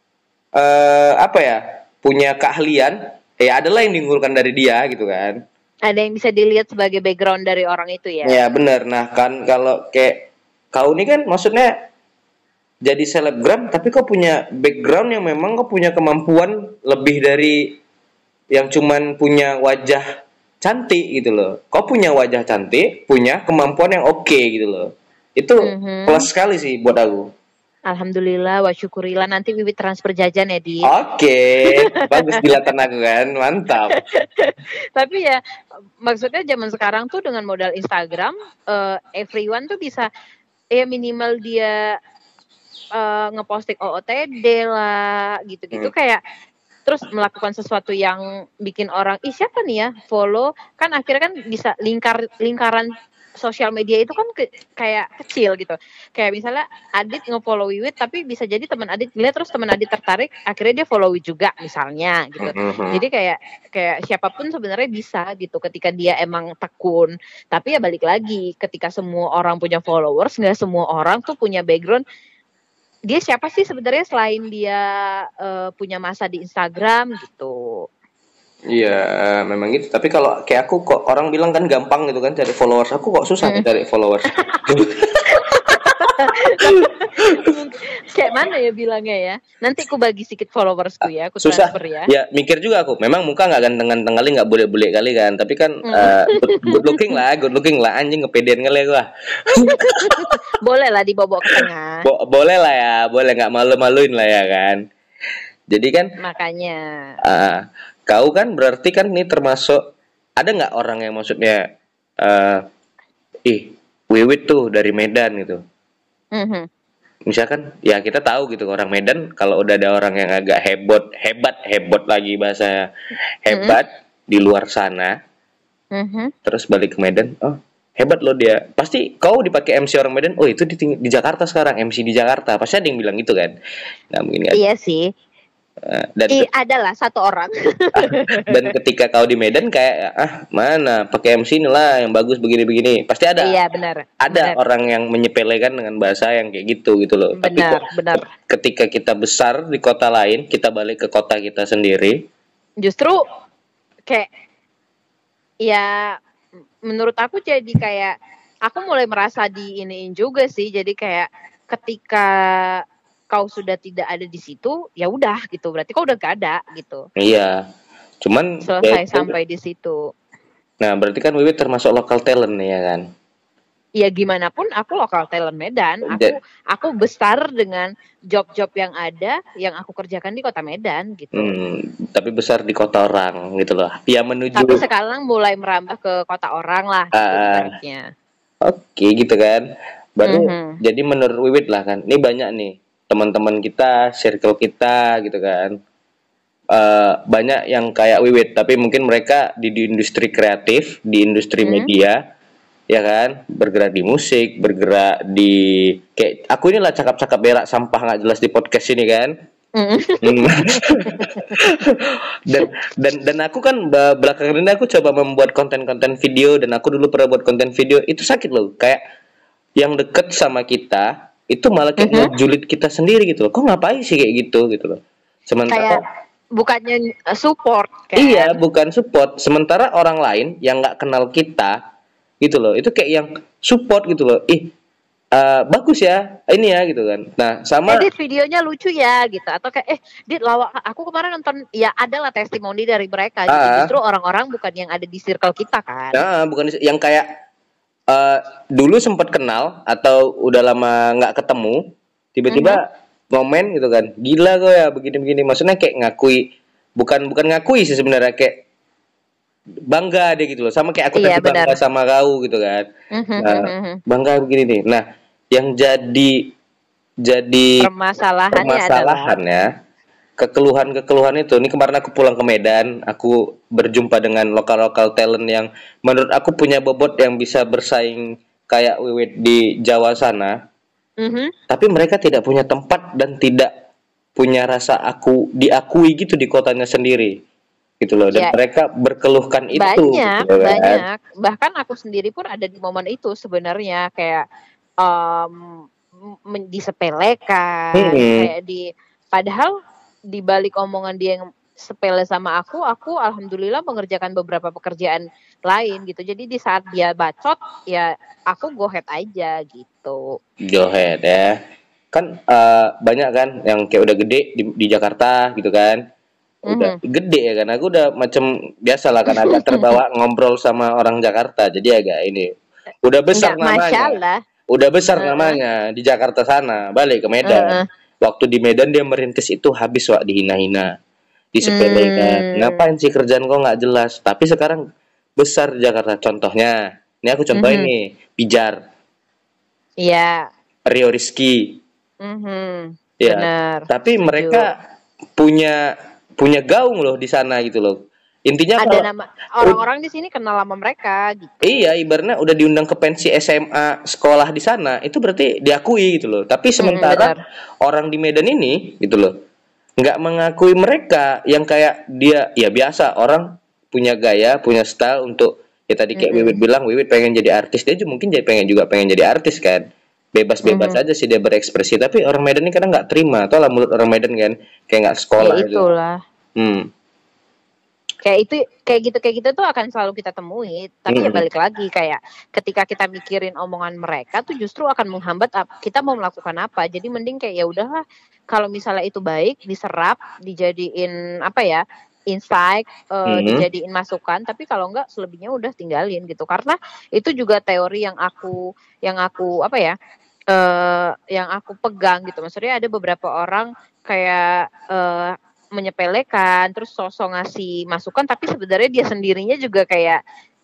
punya keahlian, ya adalah yang diunggulkan dari dia gitu kan. Ada yang bisa dilihat sebagai background dari orang itu ya. Ya benar. Nah kan kalau kayak kau ini kan maksudnya jadi selebgram, tapi kau punya background yang memang kau punya kemampuan lebih dari yang cuman punya wajah cantik gitu loh. Kau punya wajah cantik, punya kemampuan yang oke gitu loh. Itu plus sekali sih buat aku. Alhamdulillah wa syukurillah, nanti Wiwit transfer jajan ya Di. Oke, bagus dilatan aku kan, mantap. Tapi ya maksudnya zaman sekarang tuh dengan modal Instagram, everyone tuh bisa ya minimal dia ngeposting OOTD lah gitu-gitu, kayak terus melakukan sesuatu yang bikin orang siapa nih ya follow, kan akhirnya kan bisa lingkaran sosial media itu kan kayak kecil gitu. Kayak misalnya Adit nge-follow Wiwit, tapi bisa jadi teman Adit ngeliat terus teman Adit tertarik, akhirnya dia follow juga misalnya gitu. Jadi kayak siapapun sebenarnya bisa gitu ketika dia emang tekun. Tapi ya balik lagi, ketika semua orang punya followers, nggak semua orang tuh punya background. Dia siapa sih sebenarnya selain dia punya masa di Instagram gitu. Iya, memang gitu. Tapi kalau kayak aku kok orang bilang kan gampang gitu kan cari followers. Aku kok susah cari followers. Kayak mana ya bilangnya ya? Nanti aku bagi sedikit followersku ya, aku Susah transfer ya. ya, mikir juga aku. Memang muka nggak ganteng-ganteng kali, nggak bule-bule kali kan, tapi kan good looking lah, anjing, kepedean kali gua. Boleh lah dibawa ke tengah. Boleh lah ya, boleh, nggak malu-maluin lah ya kan. Jadi kan Makanya. kau kan berarti kan ini termasuk, ada nggak orang yang maksudnya Wiwit tuh dari Medan gitu. Misalkan ya kita tahu gitu orang Medan kalau udah ada orang yang agak hebat lagi bahasa hebat di luar sana, terus balik ke Medan, oh hebat loh dia, pasti kau dipakai MC orang Medan, oh itu di Jakarta sekarang, MC di Jakarta, pasti ada yang bilang gitu kan, nggak mungkin kan? Iya sih. Dan adalah satu orang. Dan ketika kau di Medan kayak mana pakai MC inilah yang bagus begini pasti ada. Iya benar. Ada orang yang menyepelekan dengan bahasa yang kayak gitu loh. Benar. Ketika kita besar di kota lain, kita balik ke kota kita sendiri, justru kayak ya menurut aku jadi kayak aku mulai merasa diiniin juga sih. Jadi kayak ketika kau sudah tidak ada di situ, ya udah gitu. Berarti kau udah gak ada gitu. Iya. Cuman selesai sampai di situ. Nah, berarti kan Wiwit termasuk lokal talent ya kan? Ya gimana pun aku lokal talent Medan. Aku besar dengan job-job yang ada yang aku kerjakan di kota Medan gitu. Tapi besar di kota orang gitu loh. Ya menuju. Tapi sekarang mulai merambah ke kota orang lah gitu, Oke gitu kan. Baru jadi menurut Wiwit lah kan. Ini banyak nih teman-teman kita, circle kita gitu kan, banyak yang kayak Wiwit, tapi mungkin mereka di industri kreatif, di industri media, ya kan, bergerak di musik, bergerak di kayak aku inilah cakap-cakap berak sampah nggak jelas di podcast ini kan. dan aku kan belakangan ini aku coba membuat konten-konten video, dan aku dulu pernah buat konten video itu sakit loh, kayak yang deket sama kita itu malah kayak ngejulit kita sendiri gitu loh. Kok ngapain sih kayak gitu loh. Sementara kayak bukannya support kan? Iya, bukan support. Sementara orang lain yang nggak kenal kita gitu loh, itu kayak yang support gitu loh. Bagus ya ini ya gitu kan. Nah sama Dit videonya lucu ya gitu, atau kayak Dit lawak, aku kemarin nonton, ya adalah testimoni dari mereka gitu. Justru orang-orang bukan yang ada di circle kita kan. Bukan yang kayak dulu sempat kenal atau udah lama nggak ketemu, tiba-tiba momen gitu kan, gila kok ya begini-begini, maksudnya kayak ngakui, bukan ngakui sih sebenarnya, kayak bangga deh gitu loh, sama kayak aku tadi bangga sama kau gitu kan. Bangga begini nih. Nah yang jadi permasalahan ya, kekeluhan itu. Ini kemarin aku pulang ke Medan, aku berjumpa dengan lokal talent yang menurut aku punya bobot yang bisa bersaing kayak Wiwit di Jawa sana. Tapi mereka tidak punya tempat dan tidak punya rasa diakui gitu di kotanya sendiri gitu loh. Dan mereka berkeluhkan itu banyak gitu, banyak. Bahkan aku sendiri pun ada di momen itu sebenarnya, kayak disepelekan, kayak padahal di balik omongan dia yang sepele sama aku alhamdulillah mengerjakan beberapa pekerjaan lain gitu. Jadi di saat dia bacot, ya aku go ahead aja gitu. Go ahead ya. Kan banyak kan yang kayak udah gede di Jakarta gitu kan. Udah gede ya kan. Aku udah macam biasa lah kan, agak terbawa ngobrol sama orang Jakarta. Jadi agak ini. Udah besar namanya. Udah besar namanya di Jakarta sana, balik ke Medan. Waktu di Medan dia merintis itu habis dihina-hina, disepelekan. Ngapain sih kerjaan kok nggak jelas? Tapi sekarang besar di Jakarta. Contohnya, ini aku contohin nih, Pijar. Iya. Rio Rizky. Ya. Benar. Tapi mereka punya gaung loh di sana gitu loh. Intinya ada nama orang-orang di sini kenal sama mereka gitu. Iya, ibaratnya udah diundang ke pensi SMA sekolah di sana, itu berarti diakui gitu loh. Tapi sementara orang di Medan ini gitu loh, nggak mengakui mereka yang kayak dia, ya biasa orang punya gaya, punya style untuk, ya tadi kayak Wiwit bilang, Wiwit pengen jadi artis, dia juga mungkin pengen jadi artis kan. Bebas-bebas aja sih dia berekspresi, tapi orang Medan ini kadang nggak terima, atau lah mulut orang Medan kan, kayak nggak sekolah ya, itulah. gitu. kayak gitu tuh akan selalu kita temui. Tapi ya balik lagi, kayak ketika kita mikirin omongan mereka tuh justru akan menghambat kita mau melakukan apa. Jadi mending kayak ya udahlah, kalau misalnya itu baik diserap, dijadiin apa ya, insight, dijadiin masukan. Tapi kalau enggak, selebihnya udah tinggalin gitu. Karena itu juga teori yang aku apa ya, yang aku pegang gitu. Maksudnya ada beberapa orang kayak menyepelekan, terus sosok ngasih masukan, tapi sebenarnya dia sendirinya juga kayak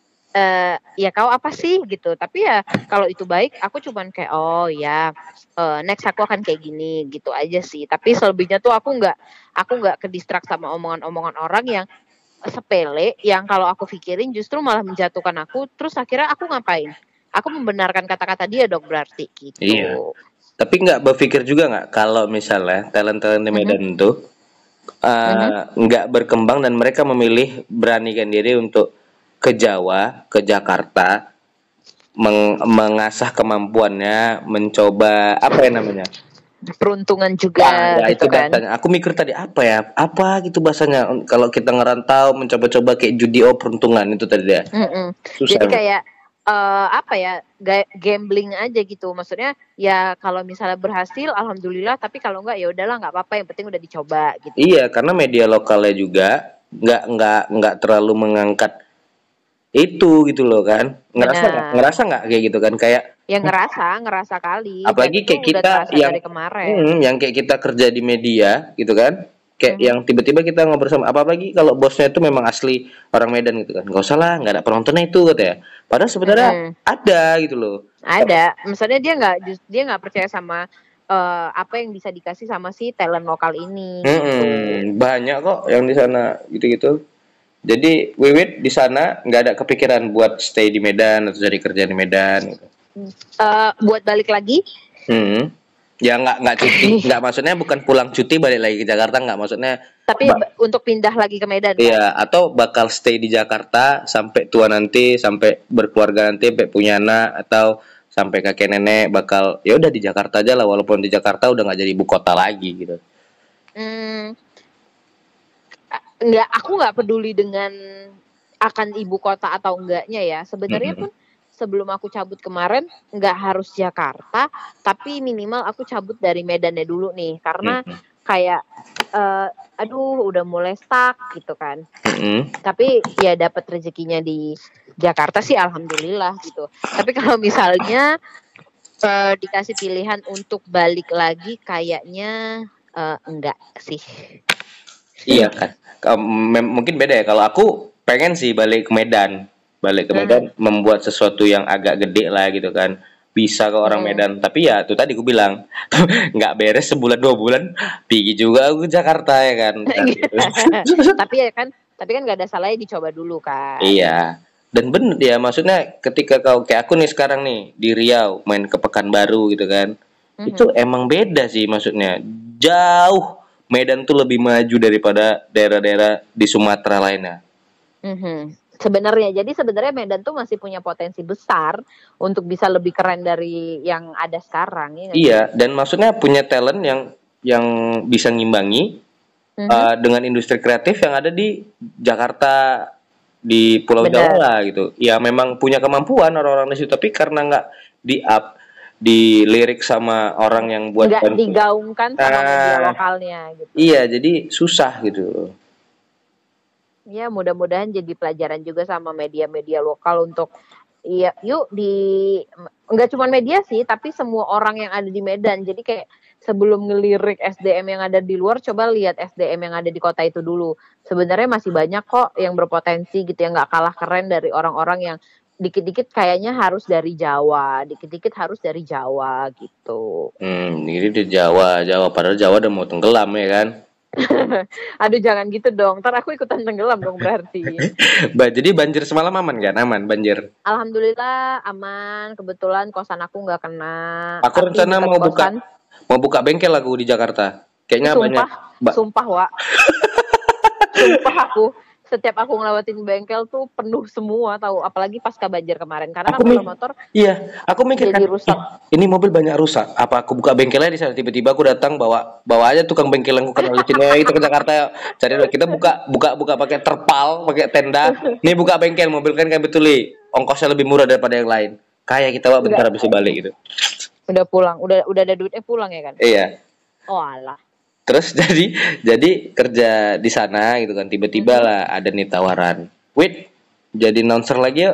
ya kau apa sih gitu. Tapi ya kalau itu baik, aku cuman kayak oh ya, next aku akan kayak gini gitu aja sih. Tapi selebihnya tuh aku nggak kedistrak sama omongan-omongan orang yang sepele, yang kalau aku pikirin justru malah menjatuhkan aku. Terus akhirnya aku ngapain? Aku membenarkan kata-kata dia dong, berarti gitu. Iya. Tapi nggak berpikir juga nggak kalau misalnya talent-talent di Medan tuh nggak berkembang dan mereka memilih beranikan diri untuk ke Jawa, ke Jakarta, mengasah kemampuannya, mencoba apa ya namanya, peruntungan juga ya, gitu itu kan. bahasanya. Aku mikir tadi apa gitu bahasanya, kalau kita ngerantau mencoba-coba kayak judi peruntungan itu tadi ya. Susah. Jadi kayak apa ya, gambling aja gitu. Maksudnya ya kalau misalnya berhasil alhamdulillah, tapi kalau enggak ya udahlah, nggak apa-apa, yang penting udah dicoba gitu. Iya, karena media lokalnya juga nggak terlalu mengangkat itu gitu loh kan. Ngerasa nggak kayak gitu kan, kayak ya ngerasa kali. apalagi kayak kita yang dari kemarin. Yang kayak kita kerja di media gitu kan, kayak yang tiba-tiba kita ngobrol sama apalagi kalau bosnya itu memang asli orang Medan gitu kan, nggak usah lah, nggak ada penontonnya itu katanya, padahal sebenarnya ada gitu loh. Ada, misalnya dia nggak percaya sama apa yang bisa dikasih sama si talent lokal ini gitu. Banyak kok yang di sana gitu-gitu. Jadi Wiwit di sana nggak ada kepikiran buat stay di Medan atau cari kerja di Medan gitu. Buat balik lagi? Ya nggak cuti, nggak, maksudnya bukan pulang cuti balik lagi ke Jakarta, nggak, maksudnya. Tapi untuk pindah lagi ke Medan. Iya, kan? Atau bakal stay di Jakarta sampai tua nanti, sampai berkeluarga nanti, sampai punya anak, atau sampai kakek nenek bakal ya udah di Jakarta aja lah, walaupun di Jakarta udah nggak jadi ibu kota lagi gitu. Aku nggak peduli dengan akan ibu kota atau enggaknya ya. Sebenarnya pun sebelum aku cabut kemarin nggak harus Jakarta, tapi minimal aku cabut dari Medannya dulu nih, karena kayak aduh udah mulai stuck gitu kan. Tapi ya dapat rezekinya di Jakarta sih alhamdulillah gitu. Tapi kalau misalnya dikasih pilihan untuk balik lagi, kayaknya enggak sih. Iya kan. Mungkin beda ya. Kalau aku pengen sih balik ke Medan. Balik ke Medan, membuat sesuatu yang agak gede lah gitu kan. Bisa ke orang Medan. Tapi ya itu tadi aku bilang, nggak beres sebulan 2 bulan, pergi juga aku ke Jakarta ya kan. Tapi kan nggak ada salahnya dicoba dulu kan. Iya. Dan bener ya, maksudnya ketika kau kayak aku nih sekarang nih di Riau, main ke Pekanbaru gitu kan. Itu emang beda sih, maksudnya. Jauh Medan tuh lebih maju daripada daerah-daerah di Sumatera lainnya. Sebenarnya Medan tuh masih punya potensi besar untuk bisa lebih keren dari yang ada sekarang ya. Iya, dan maksudnya punya talent yang bisa ngimbangi dengan industri kreatif yang ada di Jakarta, di Pulau Jawa gitu. Ya memang punya kemampuan orang-orang di situ, tapi karena nggak di lirik sama orang yang buat nggak digaungkan sama media lokalnya gitu. Iya, jadi susah gitu. Ya mudah-mudahan jadi pelajaran juga sama media-media lokal untuk iya, yuk nggak cuma media sih, tapi semua orang yang ada di Medan. Jadi kayak sebelum ngelirik SDM yang ada di luar, coba lihat SDM yang ada di kota itu dulu. Sebenarnya masih banyak kok yang berpotensi gitu, yang nggak kalah keren dari orang-orang yang dikit-dikit kayaknya harus dari Jawa, dikit-dikit harus dari Jawa gitu. Ini di Jawa, padahal Jawa udah mau tenggelam ya kan. Aduh jangan gitu dong, ntar aku ikutan tenggelam dong berarti. Jadi banjir semalam aman kan? Aman banjir? Alhamdulillah aman, kebetulan kosan aku nggak kena. Aku rencana mau buka bengkel aku di Jakarta. Kayaknya sumpah, banyak. Sumpah Wak. Sumpah aku setiap aku ngelewatin bengkel tuh penuh semua tahu, apalagi pasca banjir kemarin karena kan Aku motor aku mikir jadi kan, rusak. ini mobil banyak rusak. Apa aku buka bengkelnya di sana, tiba-tiba aku datang bawa aja tukang bengkel yang aku kenal di sini itu ke Jakarta. Cari kita buka pakai terpal, pakai tenda. Nih buka bengkel mobil kan kayak betul nih. Ongkosnya lebih murah daripada yang lain. Kayak kita bentar habis balik gitu. Udah pulang, udah ada duitnya pulang ya kan? Iya. Oh alah. Terus jadi kerja di sana gitu kan, tiba-tiba lah ada nih tawaran. Wait, jadi announcer lagi yuk.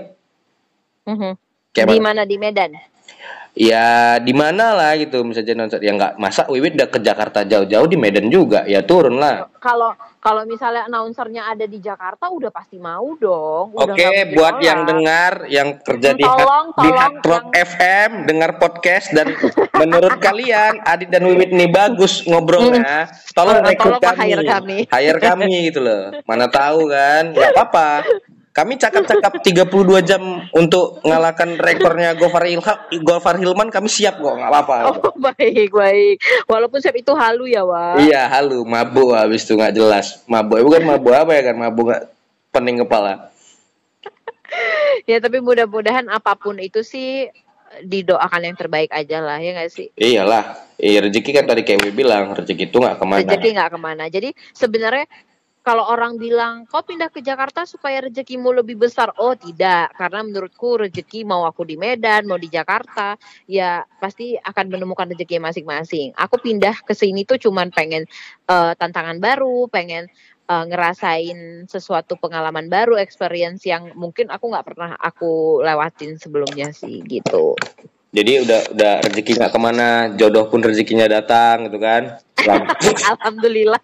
Di mana, di Medan? Ya di mana lah gitu, misalnya announcer. Ya nggak, masa Wiwit udah ke Jakarta jauh-jauh, di Medan juga, ya turun lah. Kalau misalnya announcernya ada di Jakarta udah pasti mau dong. Oke, buat yang dengar yang kerja di Hard Rock FM, dengar podcast dan menurut kalian Adit dan Wiwit nih bagus ngobrolnya, tolong rekrut kami. Hire kami gitu loh. Mana tahu kan? Ya apa-apa. Kami cakap-cakap 32 jam untuk ngalahkan rekornya Gofar Hilman, kami siap kok, nggak apa-apa. Oh, baik. Walaupun siap itu halu ya, Wak. Iya, halu, mabuk habis itu nggak jelas. Mabuk, bukan mabuk apa ya kan? Mabuk nggak pening kepala. Ya, tapi mudah-mudahan apapun itu sih didoakan yang terbaik aja lah, ya nggak sih? Iyalah, rezeki kan tadi kayak bilang, rezeki itu nggak kemana. Rezeki nggak kemana. Jadi sebenarnya kalau orang bilang kau pindah ke Jakarta supaya rezekimu lebih besar, oh tidak, karena menurutku rezeki mau aku di Medan, mau di Jakarta, ya pasti akan menemukan rezeki masing-masing. Aku pindah ke sini tuh cuman pengen tantangan baru, pengen ngerasain sesuatu pengalaman baru, experience yang mungkin aku nggak pernah aku lewatin sebelumnya sih gitu. Jadi udah rezeki nggak kemana, jodoh pun rezekinya datang gitu kan? Alhamdulillah.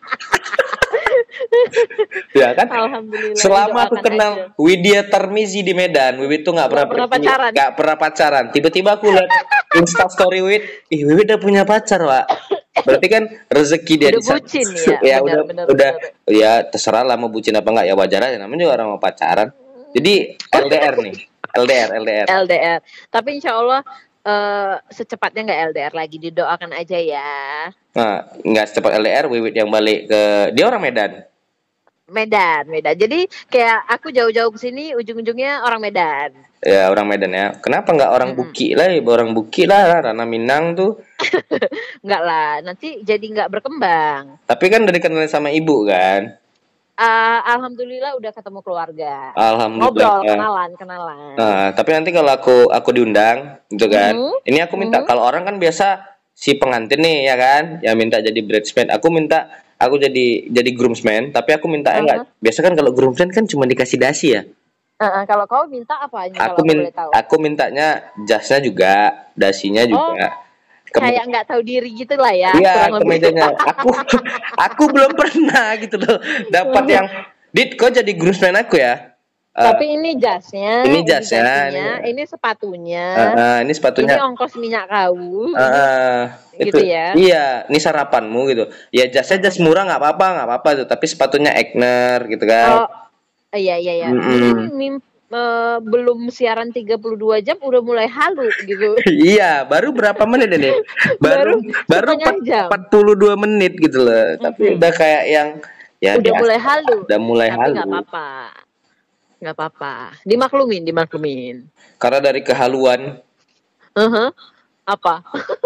Ya kan? Alhamdulillah. Selama aku kenal Widya Tarmizi di Medan, Wiwit tuh nggak pernah pacaran. Tiba-tiba aku lihat Insta story Wiwit udah punya pacar, Pak. Berarti kan rezeki dia udah bucin ya. Bener. Ya terserah lah mau bucin apa enggak, ya wajar aja, namanya juga orang mau pacaran. Jadi LDR nih. LDR. Tapi insya Allah secepatnya nggak LDR lagi, didoakan aja ya. Nah, nggak secepat LDR, Wiwit yang balik ke, dia orang Medan. Jadi kayak aku jauh-jauh ke sini ujung-ujungnya orang Medan. Ya orang Medan ya. Kenapa nggak orang Buki lah? Orang Buki lah, Ranah Minang tuh. Nggak lah, nanti jadi nggak berkembang. Tapi kan udah dikenal sama ibu kan? Alhamdulillah udah ketemu keluarga. Alhamdulillah. Ngobrol, kenalan. Nah, tapi nanti kalau aku diundang, gitu kan? Ini aku minta, kalau orang kan biasa si pengantin nih ya kan, yang minta jadi bridesmaid. Aku jadi groomsman, tapi aku minta enggak. Biasa kan kalau groomsman kan cuma dikasih dasi ya. Kalau kau minta apa aja? Aku mintanya jasnya juga, dasinya juga. Kayak nggak tahu diri gitu lah ya. Iya, kemejanya. Aku belum pernah gitu loh dapat yang Dit, kok jadi groomsman aku ya? Tapi ini jasnya. Ini sepatunya. Ini sepatunya. Ini ongkos minyak kau. Gitu ya. Iya, ini sarapanmu gitu. Ya jasnya jas murah nggak apa-apa tuh. Tapi sepatunya Egner gitu kan. Oh, iya. Ini belum siaran 32 jam udah mulai halu gitu. Iya, baru berapa menit ini? Baru 42 menit gitu loh. Tapi udah kayak yang ya udah mulai halu. Tapi halu. Nggak apa-apa. Dimaklumin. Karena dari kehaluan. Apa?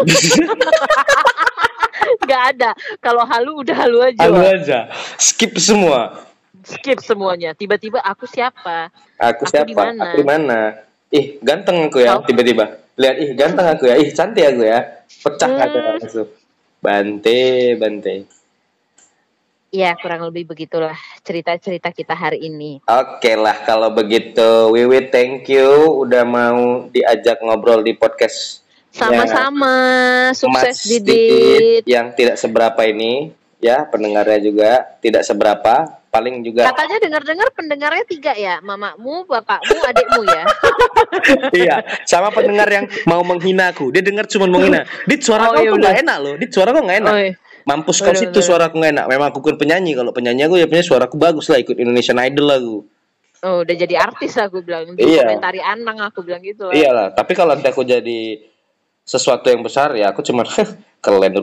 Nggak ada. Kalau halu udah halu aja. Halu aja. Skip semuanya. Tiba-tiba aku siapa? Aku di mana? Ih, ganteng aku ya, tiba-tiba. Lihat, ganteng aku ya. Cantik aku ya. Pecah aja langsung. Bante. Ya, kurang lebih begitulah cerita-cerita kita hari ini. Oke lah, kalau begitu. Wiwit, thank you udah mau diajak ngobrol di podcast. Sama-sama. Sukses Didit. Yang tidak seberapa ini. Ya, pendengarnya juga tidak seberapa. Paling juga katanya dengar-dengar pendengarnya 3 ya, mamamu, bapakmu, adikmu ya. Iya, sama pendengar yang mau menghina aku. Dia dengar cuma menghina. Dit, suara kau nggak enak loh. Dit, suara kau nggak enak. Mampus kau situ, suara aku nggak enak. Memang aku kan penyanyi. Kalau penyanyi aku ya punya suaraku bagus lah, ikut Indonesian Idol aku. Oh, udah jadi artis aku bilang. Komentari Anang aku bilang gitu lah. Iyalah, tapi kalau nanti aku jadi sesuatu yang besar ya aku cuma keren dulu.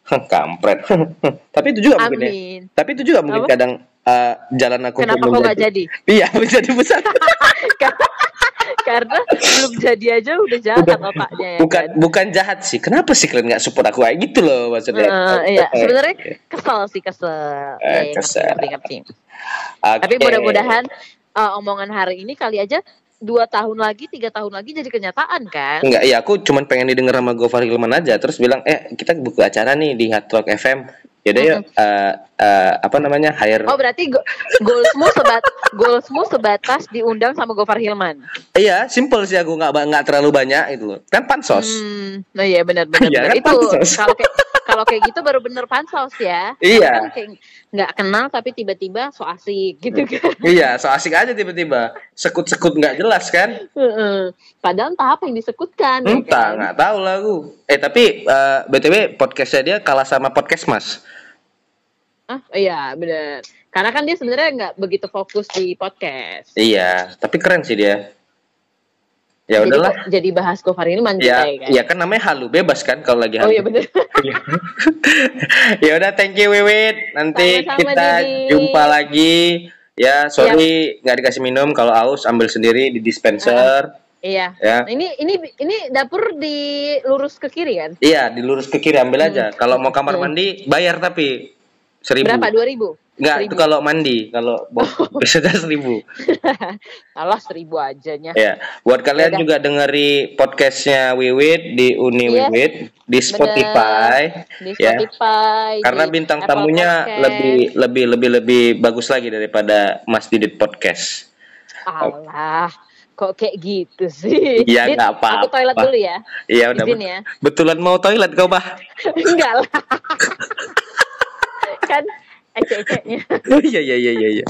Kampret. Tapi itu juga mungkin ya. Amin. Tapi itu juga mungkin Apa? kadang jalan aku Kenapa untuk kok nggak jadi? Iya, menjadi besar. Karena belum jadi aja udah jahat otaknya ya bukan kan? bukan jahat sih. Kenapa sih kalian nggak support aku kayak gitu loh maksudnya? Iya, sebenarnya kesel sih kesel. Ya, Kesel. ngerti. Oke. Tapi mudah-mudahan omongan hari ini kali aja 2 tahun lagi, 3 tahun lagi jadi kenyataan kan? Enggak, iya aku cuman pengen didengar sama Gofar Hilman aja terus bilang kita buka acara nih di Hard Rock FM. Yaudah yuk apa namanya hire. Oh berarti goalsmu sebatas diundang sama Gofar Hilman. Iya, simple sih aku nggak terlalu banyak itu loh. Kan pansos. Oh iya benar. Iya, kan Itu pansos. kalau kayak gitu baru bener pansos ya. Iya. Kan kayak nggak kenal tapi tiba-tiba so asik gitu kan. Iya, so asik aja tiba-tiba. Sekut-sekut nggak jelas kan? Padahal entah apa yang disekutkan. Ya Entah, kan? nggak tahu lah aku. Tapi BTW podcastnya dia kalah sama podcast Mas. Iya benar. Karena kan dia sebenarnya nggak begitu fokus di podcast. Iya, tapi keren sih dia. Ya udahlah. Jadi bahas Gofar Hilman Ya, kan. ya kan namanya halu bebas kan kalau lagi halu. Oh iya benar. Ya udah, thank you Wiwit. Nanti Sama-sama, kita Didi. jumpa lagi. Ya, sorry nggak dikasih minum. Kalau aus ambil sendiri di dispenser. Iya. Ya. Nah, ini dapur dilurus ke kiri kan? Iya, dilurus ke kiri ambil aja. Kalau mau kamar mandi bayar tapi 1.000. Berapa? 2.000? Enggak, itu kalau mandi. Kalau biasanya 1.000. Alah 1.000 ajanya. Ya, buat kalian Yaudah. juga dengeri podcastnya Wiwit di Uni Yes, Wiwit di Spotify. Di Ya. Spotify. Karena di bintang Apple tamunya Podcast. lebih bagus lagi daripada Mas Didit Podcast. Alah, kok kayak gitu sih? Iya, Dit, nggak apa-apa. Aku toilet dulu ya. Iya udah. Izin ya. Betulan mau toilet kau, Bah? Enggak lah. Kan ecek-eceknya. Iya.